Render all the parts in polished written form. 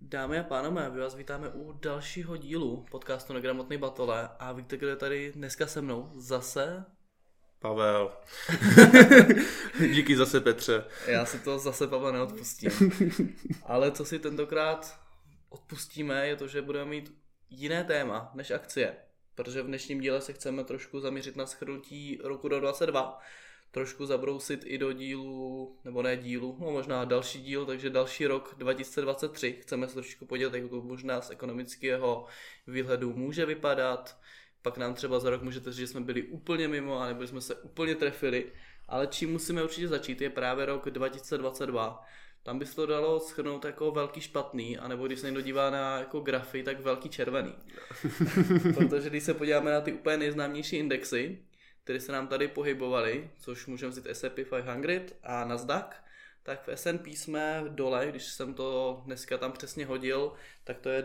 Dámy a pánové, my vás vítáme u dalšího dílu podcastu Negramotný batole a víte, kdo je tady dneska se mnou? Zase? Pavel. Díky zase, Petře. Já si to zase, Pavel, neodpustím. Ale co si tentokrát odpustíme, je to, že budeme mít jiné téma než akcie. Protože v dnešním díle se chceme trošku zaměřit na shrnutí roku 2022. Trošku zabrousit i do dílu, nebo ne dílu, no možná další díl, takže další rok 2023. Chceme se trošku podívat, jak to možná z ekonomického výhledu může vypadat. Pak nám třeba za rok můžete říct, že jsme byli úplně mimo, anebo jsme se úplně trefili. Ale čím musíme určitě začít, je právě rok 2022. Tam by se to dalo shrnout jako velký špatný, anebo když se někdo dívá na jako grafy, tak velký červený. Protože když se podíváme na ty úplně nejznámější indexy, které se nám tady pohybovaly, což můžeme vzít S&P 500 a Nasdaq, tak v S&P jsme dole, když jsem to dneska tam přesně hodil, tak to je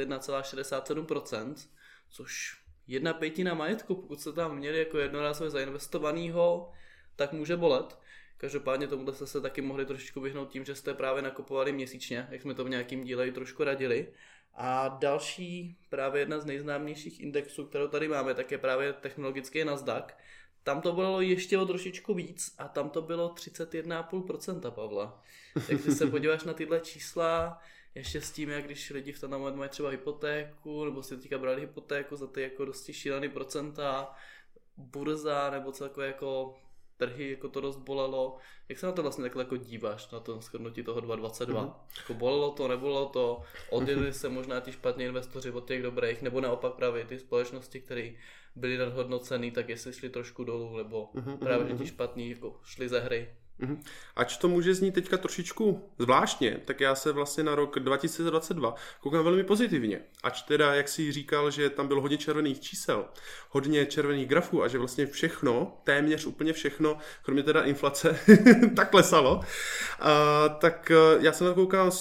21,67%, což 1/5 majetku, pokud se tam měli jako jednorázově zainvestovanýho, tak může bolet. Každopádně tomu jste se taky mohli trošičku vyhnout tím, že jste právě nakupovali měsíčně, jak jsme to v nějakým díle i trošku radili. A další, právě jedna z nejznámějších indexů, kterou tady máme, tak je právě technologický Nasdaq. Tam to bylo ještě o trošičku víc a tam to bylo 31,5%, Pavla. Takže se podíváš na tyhle čísla, ještě s tím, jak když lidi v ten moment mají třeba hypotéku, nebo si teďka brali hypotéku za ty jako dosti šílený procenta, burza, nebo celkově jako trhy, jako to dost bolelo. Jak se na to vlastně takhle jako díváš, na to shrnutí toho 2022? Jako bolelo to, nebolelo to, odjeli se možná ti špatní investoři od těch dobrých, nebo naopak právě ty společnosti, které byly nadhodnocený, tak jestli šli trošku dolů, nebo právě že ti špatní jako šli ze hry. Ač to může znít teďka trošičku zvláštně, tak já se vlastně na rok 2022 koukám velmi pozitivně. Ač teda, jak jsi říkal, že tam bylo hodně červených čísel, hodně červených grafů a že vlastně všechno, téměř úplně všechno, kromě teda inflace, tak klesalo, tak já se na to koukám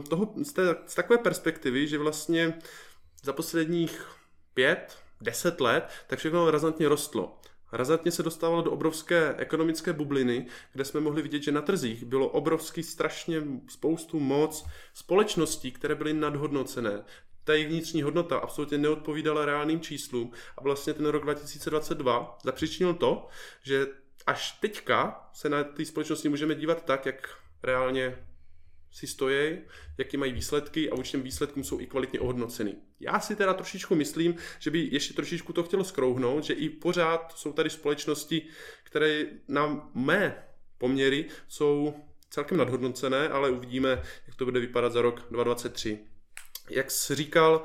z takové perspektivy, že vlastně za posledních 5-10 let tak všechno razantně rostlo. Razantně se dostávalo do obrovské ekonomické bubliny, kde jsme mohli vidět, že na trzích bylo obrovský strašně spoustu moc společností, které byly nadhodnocené. Ta jejich vnitřní hodnota absolutně neodpovídala reálným číslům a vlastně ten rok 2022 zapříčinil to, že až teďka se na ty společnosti můžeme dívat tak, jak reálně si stojí, jaký mají výsledky a vůči těm výsledkům jsou i kvalitně ohodnoceny. Já si teda trošičku myslím, že by ještě trošičku to chtělo skrouhnout, že i pořád jsou tady společnosti, které na mé poměry jsou celkem nadhodnocené, ale uvidíme, jak to bude vypadat za rok 2023. Jak jsi říkal,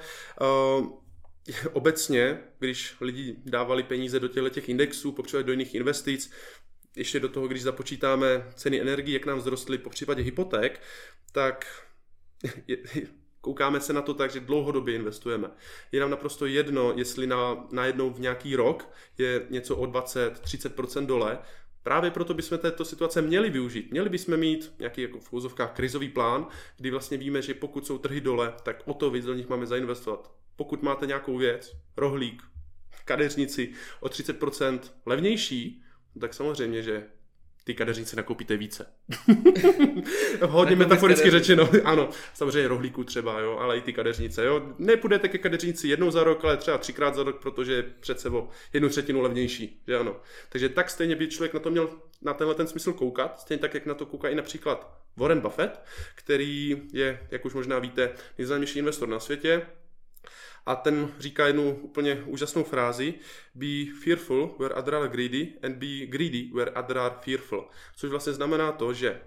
obecně, když lidi dávali peníze do těchto indexů, popřípadě do jiných investic, ještě do toho, když započítáme ceny energií, jak nám vzrostly po případě hypoték, tak koukáme se na to tak, že dlouhodobě investujeme. Je nám naprosto jedno, jestli najednou v nějaký rok je něco o 20-30% dole. Právě proto bychom této situace měli využít. Měli bychom mít nějaký jako v úzovkách krizový plán, kdy vlastně víme, že pokud jsou trhy dole, tak o to víc do nich máme zainvestovat. Pokud máte nějakou věc, rohlík, kadeřnici o 30% levnější, tak samozřejmě, že ty kadeřnice nakoupíte více. Hodně metaforicky řečeno. Ano, samozřejmě rohlíku třeba, jo, ale i ty kadeřnice. Jo. Nepůjdete ke kadeřnici jednou za rok, ale třeba 3krát za rok, protože je přece o 1/3 levnější. Že ano. Takže tak stejně by člověk na to měl na tenhle ten smysl koukat. Stejně tak, jak na to kouká i například Warren Buffett, který je, jak už možná víte, nejznámější investor na světě. A ten říká jednu úplně úžasnou frázi: be fearful where others are greedy and be greedy where others are fearful. Což vlastně znamená to, že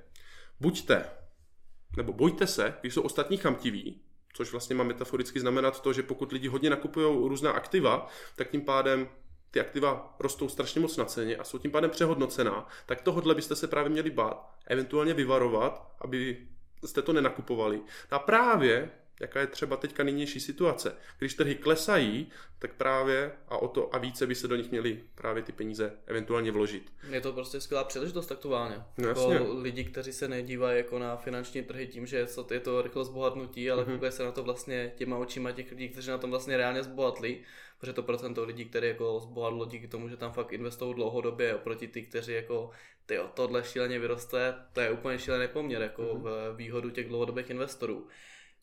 bojte se, když jsou ostatní chamtiví, což vlastně má metaforicky znamenat to, že pokud lidi hodně nakupují různá aktiva, tak tím pádem ty aktiva rostou strašně moc na ceně a jsou tím pádem přehodnocená, tak tohodle byste se právě měli bát, eventuálně vyvarovat, aby jste to nenakupovali. A právě jaká je třeba teďka nynější situace. Když trhy klesají, tak právě a více by se do nich měly právě ty peníze eventuálně vložit. Je to prostě skvělá příležitost aktuálně. No, jako lidi, kteří se nedívají jako na finanční trhy tím, že je to rychlost bohatnutí, ale koukají se na to vlastně těma očima těch lidí, kteří na tom vlastně reálně zbohatli, protože to procento lidí, kteří jako zbohatlo díky tomu, že tam fakt investují dlouhodobě oproti ty, kteří jako tohle šíleně vyroste, to je úplně šílený poměr jako v výhodu těch dlouhodobých investorů.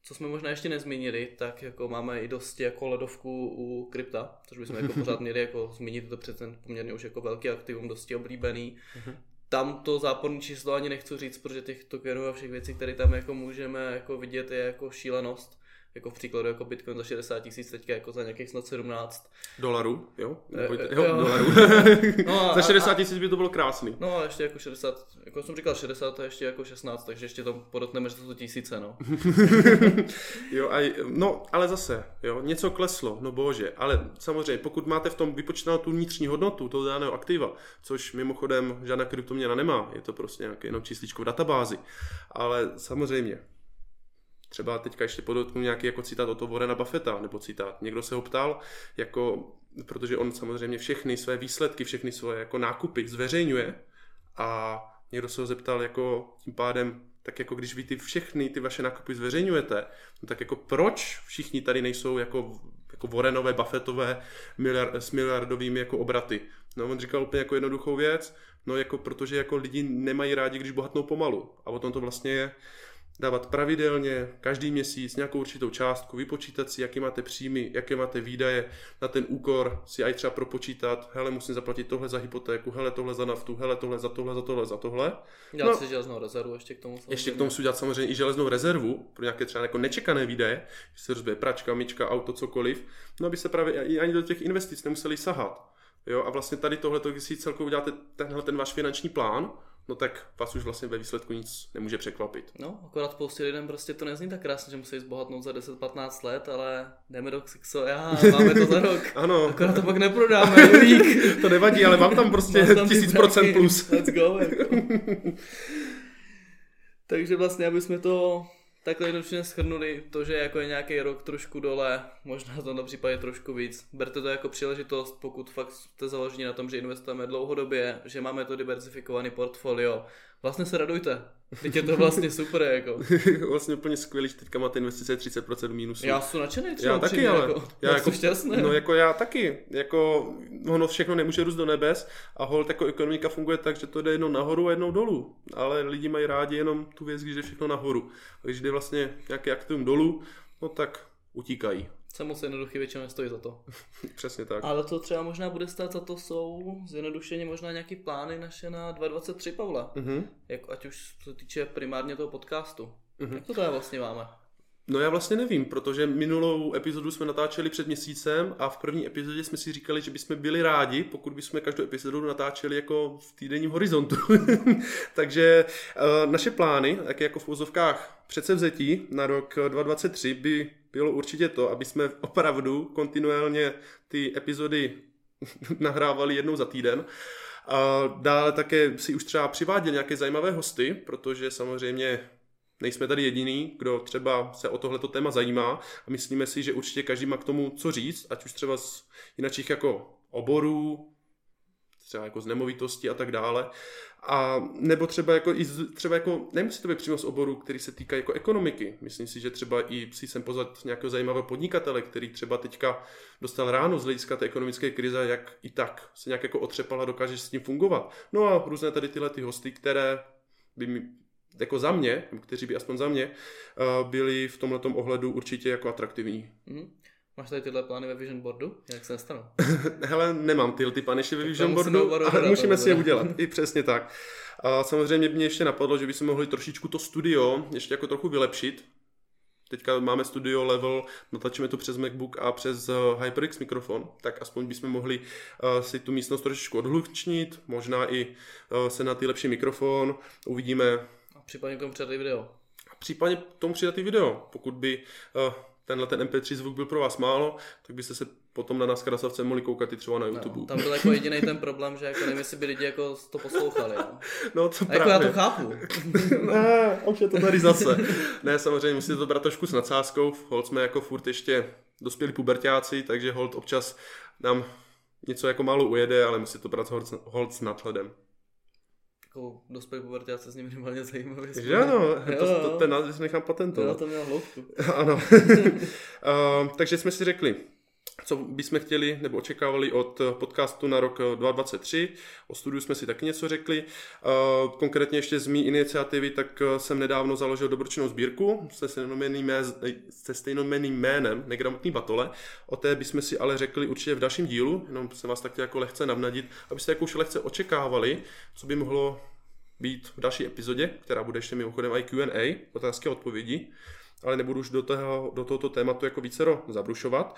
co jsme možná ještě nezmínili, tak jako máme i dosti jako ledovku u krypta, což bychom jako pořád měli jako zmínit, to přece poměrně už jako velký aktivum, dosti oblíbený. Tam to záporné číslo ani nechci říct, protože těch tokenů a všech věcí, které tam jako můžeme jako vidět, je jako šílenost. Jako v příkladu jako Bitcoin za 60 000, teďka jako za nějakých snad 17. Dolarů, jo? Dolarů. No za 60 000 by to bylo krásný. No a ještě jako 60, jako jsem říkal 60 a ještě jako 16, takže ještě to podotkneme, že to jsou tisíce, no. Jo, no, ale zase, jo, něco kleslo, no bože, ale samozřejmě, pokud máte v tom vypočítanou tu vnitřní hodnotu toho daného aktiva, což mimochodem žádná kryptoměna nemá, je to prostě nějaké jenom čísličko v databázi, ale samozřejmě, třeba teďka ještě podotknu nějaký jako citát od toho Warrena Buffetta, nebo citát. Někdo se ho ptal, jako, protože on samozřejmě všechny své výsledky, všechny své jako nákupy zveřejňuje a někdo se ho zeptal jako tím pádem, tak jako když vy všechny ty vaše nákupy zveřejňujete, no tak jako proč všichni tady nejsou jako Warrenové, Buffettové s miliardovými jako obraty. No on říkal úplně jako jednoduchou věc, no jako protože jako lidi nemají rádi, když bohatnou pomalu. A o tom to vlastně je. Dávat pravidelně, každý měsíc nějakou určitou částku, vypočítat si, jaký máte příjmy, jaké máte výdaje, na ten úkor si aj třeba propočítat, hele, musím zaplatit tohle za hypotéku, hele, tohle za naftu, hele, tohle za tohle, za tohle, za tohle. Dělat si železnou rezervu ještě k tomu. Samozřejmě. Ještě k tomu si udělat samozřejmě i železnou rezervu, pro nějaké třeba jako nečekané výdaje, když se rozbije pračka, myčka, auto, cokoliv, no aby se právě ani do těch investic nemuseli sahat. Jo, a vlastně tady tohleto, když si celkově uděláte ten váš finanční plán, no tak vás už vlastně ve výsledku nic nemůže překvapit. No, akorát spoustě lidem prostě to nezní tak krásně, že musí zbohatnout za 10-15 let, ale jdeme do Xixo, máme to za rok. Ano. Akorát to pak neprodáme, Julík. To nevadí, ale mám tam prostě 1000% plus. Let's go, jako. Takže vlastně, aby jsme to takhle jednoduše shrnuli, to, že jako je nějaký rok trošku dole, možná to na případě trošku víc. Berte to jako příležitost, pokud fakt jste založeni na tom, že investujeme dlouhodobě, že máme to diversifikovaný portfolio. Vlastně se radujte. Teď je to vlastně super, jako. Vlastně úplně skvělý, že teďka máte investice 30% mínusu. Já jsem nadšený třeba. Já taky, ale já jsem šťastný. No jako já taky, jako ono všechno nemůže růst do nebes a holt jako ekonomika funguje tak, že to jde jednou nahoru a jednou dolů. Ale lidi mají rádi jenom tu věc, když jde všechno nahoru. A když jde vlastně nějaký aktivum dolů, no tak utíkají. Jsem moc jednoduchý, většinou nestojí za to. Přesně tak. Ale to třeba možná bude stát za to, jsou zjednodušeně možná nějaký plány naše na 2023, Pavla. Jako, ať už se týče primárně toho podcastu. Jak to tady vlastně máme? No já vlastně nevím, protože minulou epizodu jsme natáčeli před měsícem a v první epizodě jsme si říkali, že bychom byli rádi, pokud bychom každou epizodu natáčeli jako v týdenním horizontu. Takže naše plány, tak jako v úzovkách předsevzetí na rok 2023 by bylo určitě to, aby jsme opravdu kontinuálně ty epizody nahrávali jednou za týden. A dále také si už třeba přiváděli nějaké zajímavé hosty, protože samozřejmě nejsme tady jediný, kdo třeba se o tohleto téma zajímá a myslíme si, že určitě každý má k tomu co říct, ať už třeba z jiných jako oborů, třeba jako z nemovitosti a tak dále. A nebo třeba jako nemusí to být přímo z oboru, který se týká jako ekonomiky. Myslím si, že třeba i si sem pozvat nějakého zajímavého podnikatele, který třeba teďka dostal ráno z hlediska té ekonomické krize, jak i tak se nějak jako otřepal a dokáže s tím fungovat. No a různé tady tyhle ty hosty, které by mi jako za mě, kteří by aspoň za mě byli v tomhletom ohledu určitě jako atraktivní. Máš tady tyhle plány ve Vision Boardu? Jak se nestanu? Hele, nemám ty plány ještě ve Vision Boardu, ale musíme si je udělat. I přesně tak. A samozřejmě mě ještě napadlo, že bychom mohli trošičku to studio ještě jako trochu vylepšit. Teďka máme studio level, natáčíme to přes MacBook a přes HyperX mikrofon, tak aspoň bychom mohli si tu místnost trošičku odhlučnit, možná i se na ty lepší mikrofon, uvidíme. A případně k tomu přidat i video. Případně k tomu přidat i video, pokud by ten MP3 zvuk byl pro vás málo, tak byste se potom na nás krasavce mohli koukat i třeba na YouTube. No, tam byl jako jediný ten problém, že jako nevím, jestli by lidi jako to poslouchali. No to právě. Jako já to chápu. Ne, už je to tady zase. Ne, samozřejmě musíte to brát trošku s nadsázkou. Holt jsme jako furt ještě dospělí puberťáci, takže holt občas nám něco jako málo ujede, ale musí to brát holt s nadhledem. Jako dospělý puberťáci s ním minimálně zajímavý. Že ano, ten název nechám patentovat. Jo, to měl hloubku. Ano. Takže jsme si řekli, co bychom chtěli nebo očekávali od podcastu na rok 2023. O studiu jsme si taky něco řekli. Konkrétně ještě z mý iniciativy, tak jsem nedávno založil dobročinnou sbírku se stejnojmenným jménem Negramotný batole. O té bychom si ale řekli určitě v dalším dílu, jenom jsem vás tak chtěl jako lehce navnadit, abyste jako už lehce očekávali, co by mohlo být v další epizodě, která bude ještě mimochodem i Q&A, otázky a odpovědi, ale nebudu už do tohoto tématu jako vícero zabrušovat.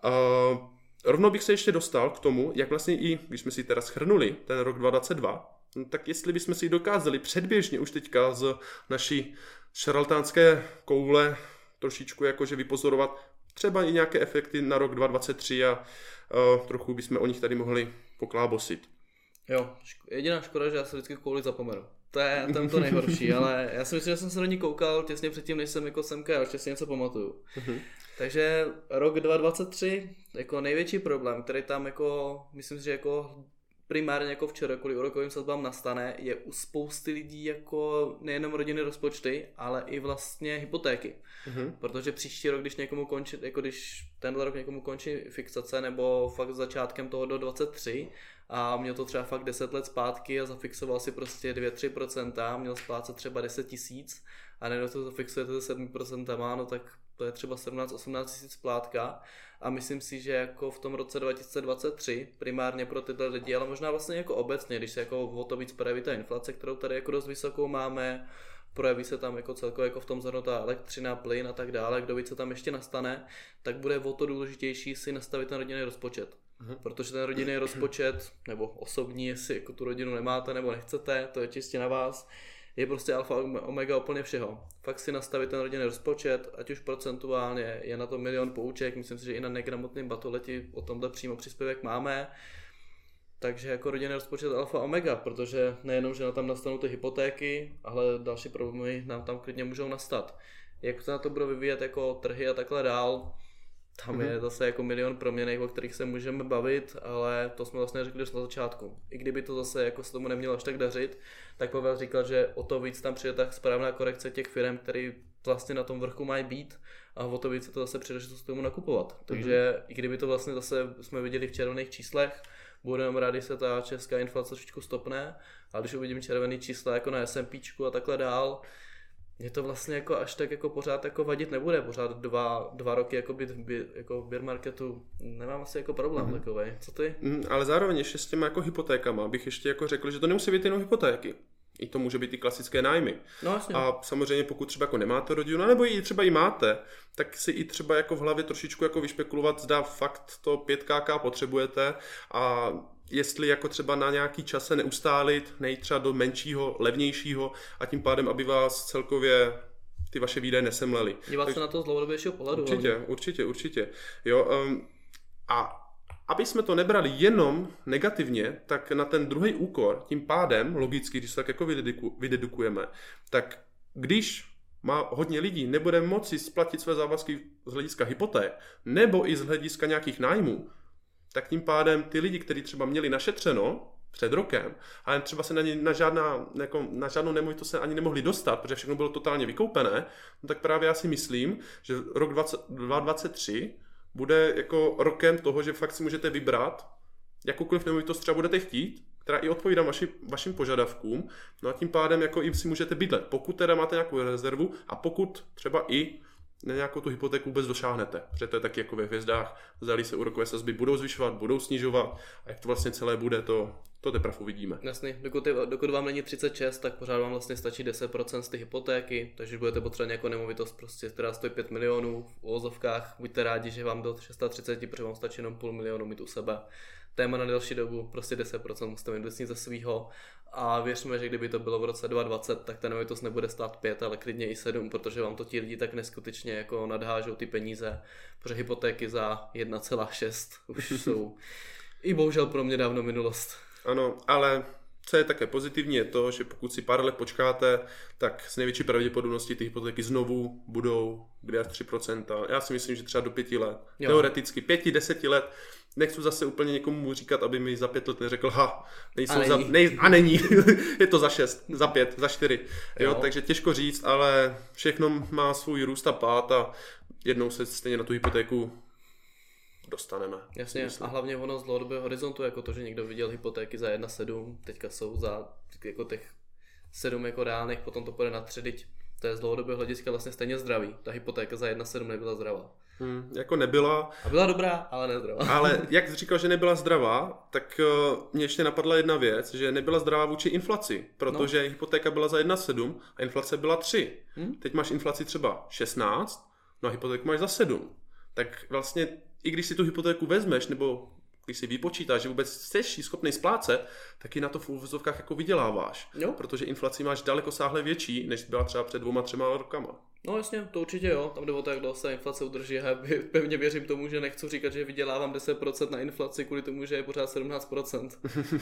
Rovnou bych se ještě dostal k tomu, jak vlastně i, když jsme si teda shrnuli ten rok 2022, tak jestli bychom si dokázali předběžně už teďka z naší šarlatánské koule trošičku jakože vypozorovat třeba i nějaké efekty na rok 2023 a trochu bychom o nich tady mohli poklábosit. Jo, jediná škoda, že já se vždycky kouli zapomenu. To je tam to nejhorší, ale já si myslím, že jsem se do ní koukal těsně předtím, než jsem jako semka, já ještě si něco pamatuju. Takže rok 2023, jako největší problém, který tam jako, myslím si, že jako primárně jako včera, kvůli úrokovým sazbám nastane, je u spousty lidí jako nejenom rodinné rozpočty, ale i vlastně hypotéky. Protože příští rok, když někomu končí, jako když tenhle rok někomu končí fixace, nebo fakt začátkem toho do 23 a měl to třeba fakt 10 let zpátky a zafixoval si prostě 2-3%, měl splácet třeba 10 000 a nejenom to zafixujete se 7%, no tak to je třeba 17-18 tisíc splátka a myslím si, že jako v tom roce 2023 primárně pro tyhle lidi, ale možná vlastně jako obecně, když se jako o to víc projeví ta inflace, kterou tady jako dost vysokou máme, projeví se tam jako celkově jako v tom zhrnutá elektřina, plyn a tak dále, kdo ví, co tam ještě nastane, tak bude o to důležitější si nastavit ten rodinný rozpočet. Protože ten rodinný rozpočet, nebo osobní, jestli jako tu rodinu nemáte nebo nechcete, to je čistě na vás, je prostě alfa omega úplně všeho. Fakt si nastavit ten rodinný rozpočet, ať už procentuálně, je na to milion pouček, myslím si, že i na negramotným batoleti o tomhle přímo příspěvek máme. Takže jako rodinný rozpočet alfa omega, protože nejenom, že tam nastanou ty hypotéky, ale další problémy nám tam klidně můžou nastat. Jak se na to budou vyvíjet jako trhy a takhle dál, tam je zase jako milion proměnek, o kterých se můžeme bavit, ale to jsme vlastně řekli už na začátku. I kdyby to zase jako se tomu nemělo až tak dařit, tak Pavel říkal, že o to víc tam přijde tak správná korekce těch firm, které vlastně na tom vrchu mají být a o to víc se to zase příležitost tomu nakupovat. Takže i kdyby to vlastně zase jsme viděli v červených číslech, budeme rádi, se ta česká inflace trošičku stopne, ale když uvidím červený čísla jako na S&Pčku a takhle dál, mě to vlastně jako až tak jako pořád jako vadit nebude, pořád dva roky jako být jako v bear marketu, nemám asi jako problém takovej, co ty? Ale zároveň ještě s těma jako hypotékama bych ještě jako řekl, že to nemusí být jenom hypotéky. I to může být i klasické nájmy. No, jasně. A samozřejmě pokud třeba jako nemáte rodinu, nebo i třeba i máte, tak si i třeba jako v hlavě trošičku jako vyšpekulovat, zda fakt to 5KK potřebujete a jestli jako třeba na nějaký čas se neustálit, nejít třeba do menšího, levnějšího a tím pádem, aby vás celkově ty vaše výdaje nesemlely. Dívat se na to z dlouhodobějšího pohledu. Určitě. Jo, a aby jsme to nebrali jenom negativně, tak na ten druhý úkor, tím pádem, logicky, když se tak jako vydedukujeme, tak když má hodně lidí, nebude moci splatit své závazky z hlediska hypoték, nebo i z hlediska nějakých nájmů, tak tím pádem ty lidi, kteří třeba měli našetřeno před rokem, ale třeba se na žádnou nemovitost se ani nemohli dostat, protože všechno bylo totálně vykoupené, no tak právě já si myslím, že rok 2023 bude jako rokem toho, že fakt si můžete vybrat jakoukoliv nemovitost třeba budete chtít, která i odpovídá vašim požadavkům, no a tím pádem jako i si můžete bydlet, pokud teda máte nějakou rezervu a pokud třeba i na nějakou tu hypotéku vůbec došáhnete, protože to je taky jako ve hvězdách, zdali se úrokové sazby budou zvyšovat, budou snižovat a jak to vlastně celé bude, to teprve uvidíme. Jasně, dokud vám není 36, tak pořád vám vlastně stačí 10% z ty hypotéky, takže budete potřebovat nějakou nemovitost, prostě, která stojí 5 milionů v uvozovkách, buďte rádi, že vám do 630, protože vám stačí jenom 500 000 mít u sebe. Téma na delší dobu, prostě 10% musíte mít vlastně ze svýho a věřme, že kdyby to bylo v roce 2020, tak ta nemovitost nebude stát 5, ale klidně i 7, protože vám to ti lidi tak neskutečně jako nadhážou ty peníze, protože hypotéky za 1,6 už jsou i bohužel pro mě dávno minulost. Ano, ale co je také pozitivní je to, že pokud si pár let počkáte, tak s největší pravděpodobností ty hypotéky znovu budou 2 až 3%. Já si myslím, že třeba do 5 let. Jo. Teoreticky 5-10 let. Nechci zase úplně někomu říkat, aby mi za 5 let neřekl, není. Je to za 6, za 5, za 4. Jo, takže těžko říct, ale všechno má svůj růst a pád a jednou se stejně na tu hypotéku dostaneme. Jasně, a hlavně ono z dlouhodobého horizontu, jako to, že někdo viděl hypotéky za 1,7, teďka jsou za jako těch 7 jako reálných, potom to půjde na 3, to je z dlouhodobého hlediska vlastně stejně zdravý. Ta hypotéka za 1,7 nebyla zdravá. Jako nebyla. A byla dobrá, ale nezdravá. Ale jak jsi říkal, že nebyla zdravá, tak mě ještě napadla jedna věc, že nebyla zdravá vůči inflaci, protože hypotéka byla za 1,7 a inflace byla 3. Teď máš inflaci třeba 16, no a hypotéku máš za 7. Tak vlastně, i když si tu hypotéku vezmeš, nebo když si vypočítáš, že vůbec jsi schopný splácet, tak i na to v úvozovkách jako vyděláváš. Jo. Protože inflaci máš daleko sáhle větší, než byla třeba před 2-3 rokama. No jasně, to určitě jo, tam jde o to, jak dlouho se inflace udrží. Já pevně věřím tomu, že nechci říkat, že vydělávám 10% na inflaci kvůli tomu, že je pořád 17%.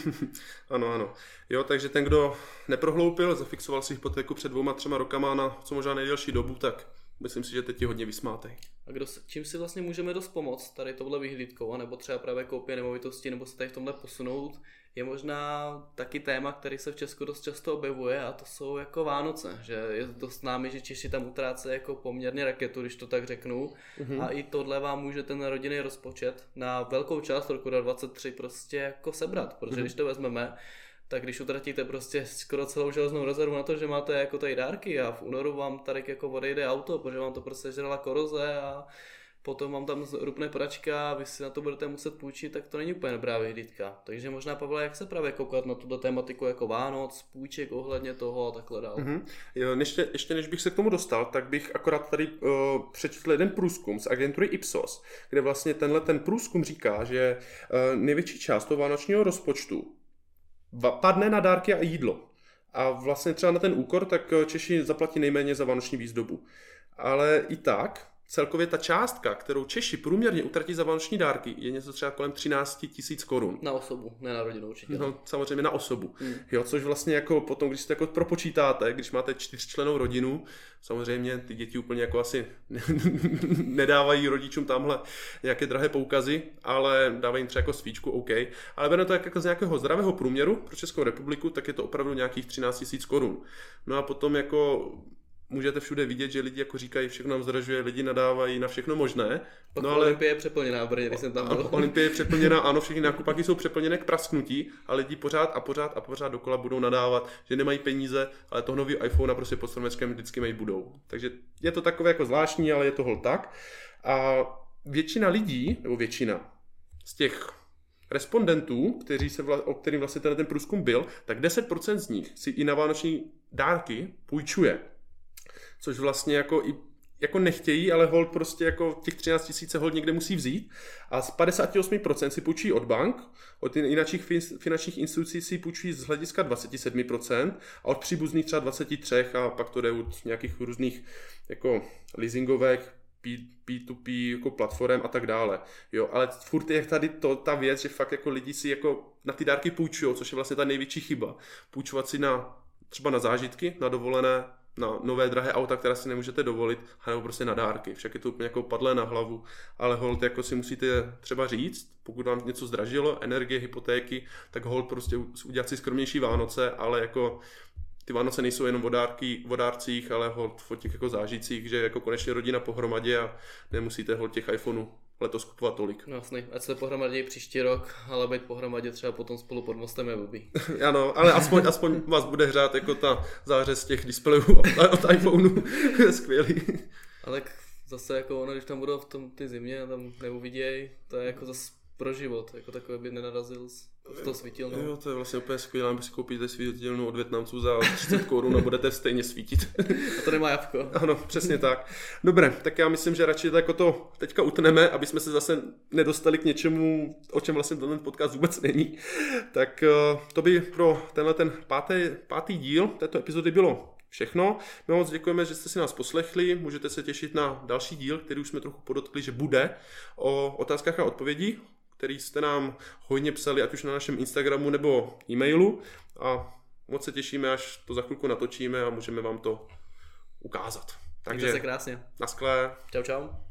Ano. Jo, takže ten, kdo neprohloupil, zafixoval si hypotéku před 2-3 rokama na co možná nejdelší dobu, tak myslím si, že teď je hodně vysmátej. A čím si vlastně můžeme dost pomoct tady touhle vyhlídkou, anebo třeba právě koupě nemovitosti, nebo se tady v tomhle posunout, je možná taky téma, který se v Česku dost často objevuje, a to jsou jako Vánoce, že je dost známý, že Češi tam utrácejí jako poměrně raketu, když to tak řeknu. A i tohle vám může ten rodinný rozpočet na velkou část roku 2023 prostě jako sebrat, protože když to vezmeme, tak když utratíte prostě skoro celou železnou rezervu na to, že máte jako tady dárky a v únoru vám tady jako odejde auto, protože vám to prostě žrala koroze a potom vám tam rupne pračka a vy si na to budete muset půjčit, tak to není úplně dobrá vyhlídka. Takže možná, Pavle, jak se právě koukat na tuto tématiku jako Vánoc, půjček ohledně toho a takhle dál. Jo, ještě než bych se k tomu dostal, tak bych akorát tady přečetl jeden průzkum z agentury Ipsos, kde vlastně ten průzkum říká, že největší část toho vánočního rozpočtu padne na dárky a jídlo. A vlastně třeba na ten úkor, tak Češi zaplatí nejméně za vánoční výzdobu. Ale i tak, celkově ta částka, kterou Češi průměrně utratí za vánoční dárky, je něco třeba kolem 13 000 korun. Na osobu, ne na rodinu určitě. No, samozřejmě na osobu. Jo, což vlastně jako potom, když si to jako propočítáte, když máte 4člennou rodinu, samozřejmě ty děti úplně jako asi nedávají rodičům tamhle nějaké drahé poukazy, ale dávají jim třeba jako svíčku, OK. Ale bereme to jako z nějakého zdravého průměru pro Českou republiku, tak je to opravdu nějakých 13 000 korun. No a potom jako můžete všude vidět, že lidi jako říkají, všechno nám zdražuje, lidi nadávají na všechno možné. No ale Olympie je přeplněná v Brně, když jsem tam byl. Olympie je přeplněná, ano, všechny nákupaky jsou přeplněné k prasknutí a lidi pořád dokola budou nadávat, že nemají peníze, ale toho nový iPhone prostě pod Stromeckem vždycky mají budou. Takže je to takové jako zvláštní, ale je to hol tak. A většina lidí, nebo většina z těch respondentů, o kterým vlastně ten průzkum byl, tak 10% z nich si i na vánoční dárky půjčuje. Což vlastně jako nechtějí, ale hold prostě jako těch 13 000 hold někde musí vzít. A z 58% si půjčí od bank, od jiných finančních institucí si půjčí z hlediska 27% a od příbuzných třeba 23% a pak to jde od nějakých různých jako leasingovek, P2P jako platform a tak dále. Jo, ale furt je tady ta věc, že fakt jako lidi si jako na ty dárky půjčují, což je vlastně ta největší chyba. Půjčovat si třeba na zážitky, na dovolené, na nové drahé auta, která si nemůžete dovolit, nebo prostě na dárky. Však je to úplně jako padlé na hlavu, ale hold jako si musíte třeba říct, pokud vám něco zdražilo, energie, hypotéky, tak hold prostě udělat si skromnější Vánoce, ale jako ty Vánoce nejsou jenom o dárcích, ale hold o těch jako zážitcích, že jako konečně rodina pohromadě a nemusíte hold těch iPhoneů letos kupovat tolik. No jasný, ať se pohromadě příští rok, ale být pohromadě třeba potom spolu pod mostem je blbý. Ano, ale aspoň vás bude hřát jako ta zářez těch displejů od iPhoneu. Skvělý. Ale zase jako ono, když tam budou v tom ty zimě a tam neuviděj, to je jako zase pro život, jako takové by nenarazil v to svítilnu. Jo, to je vlastně úplně skvělé, aby si koupíte svítilnu od Vietnamců za 30 korun a budete stejně svítit. A to nemá jabko. Ano, přesně tak. Dobré, tak já myslím, že radši jako to teďka utneme, aby jsme se zase nedostali k něčemu, o čem vlastně ten podcast vůbec není. Tak to by pro tenhle ten pátý díl této epizody bylo všechno. My moc děkujeme, že jste si nás poslechli. Můžete se těšit na další díl, který už jsme trochu podotkli, že bude o otázkách a odpovědí, který jste nám hojně psali, ať už na našem Instagramu nebo e-mailu. A moc se těšíme, až to za chvilku natočíme a můžeme vám to ukázat. Takže mějte se krásně. Naschle. Čau, čau.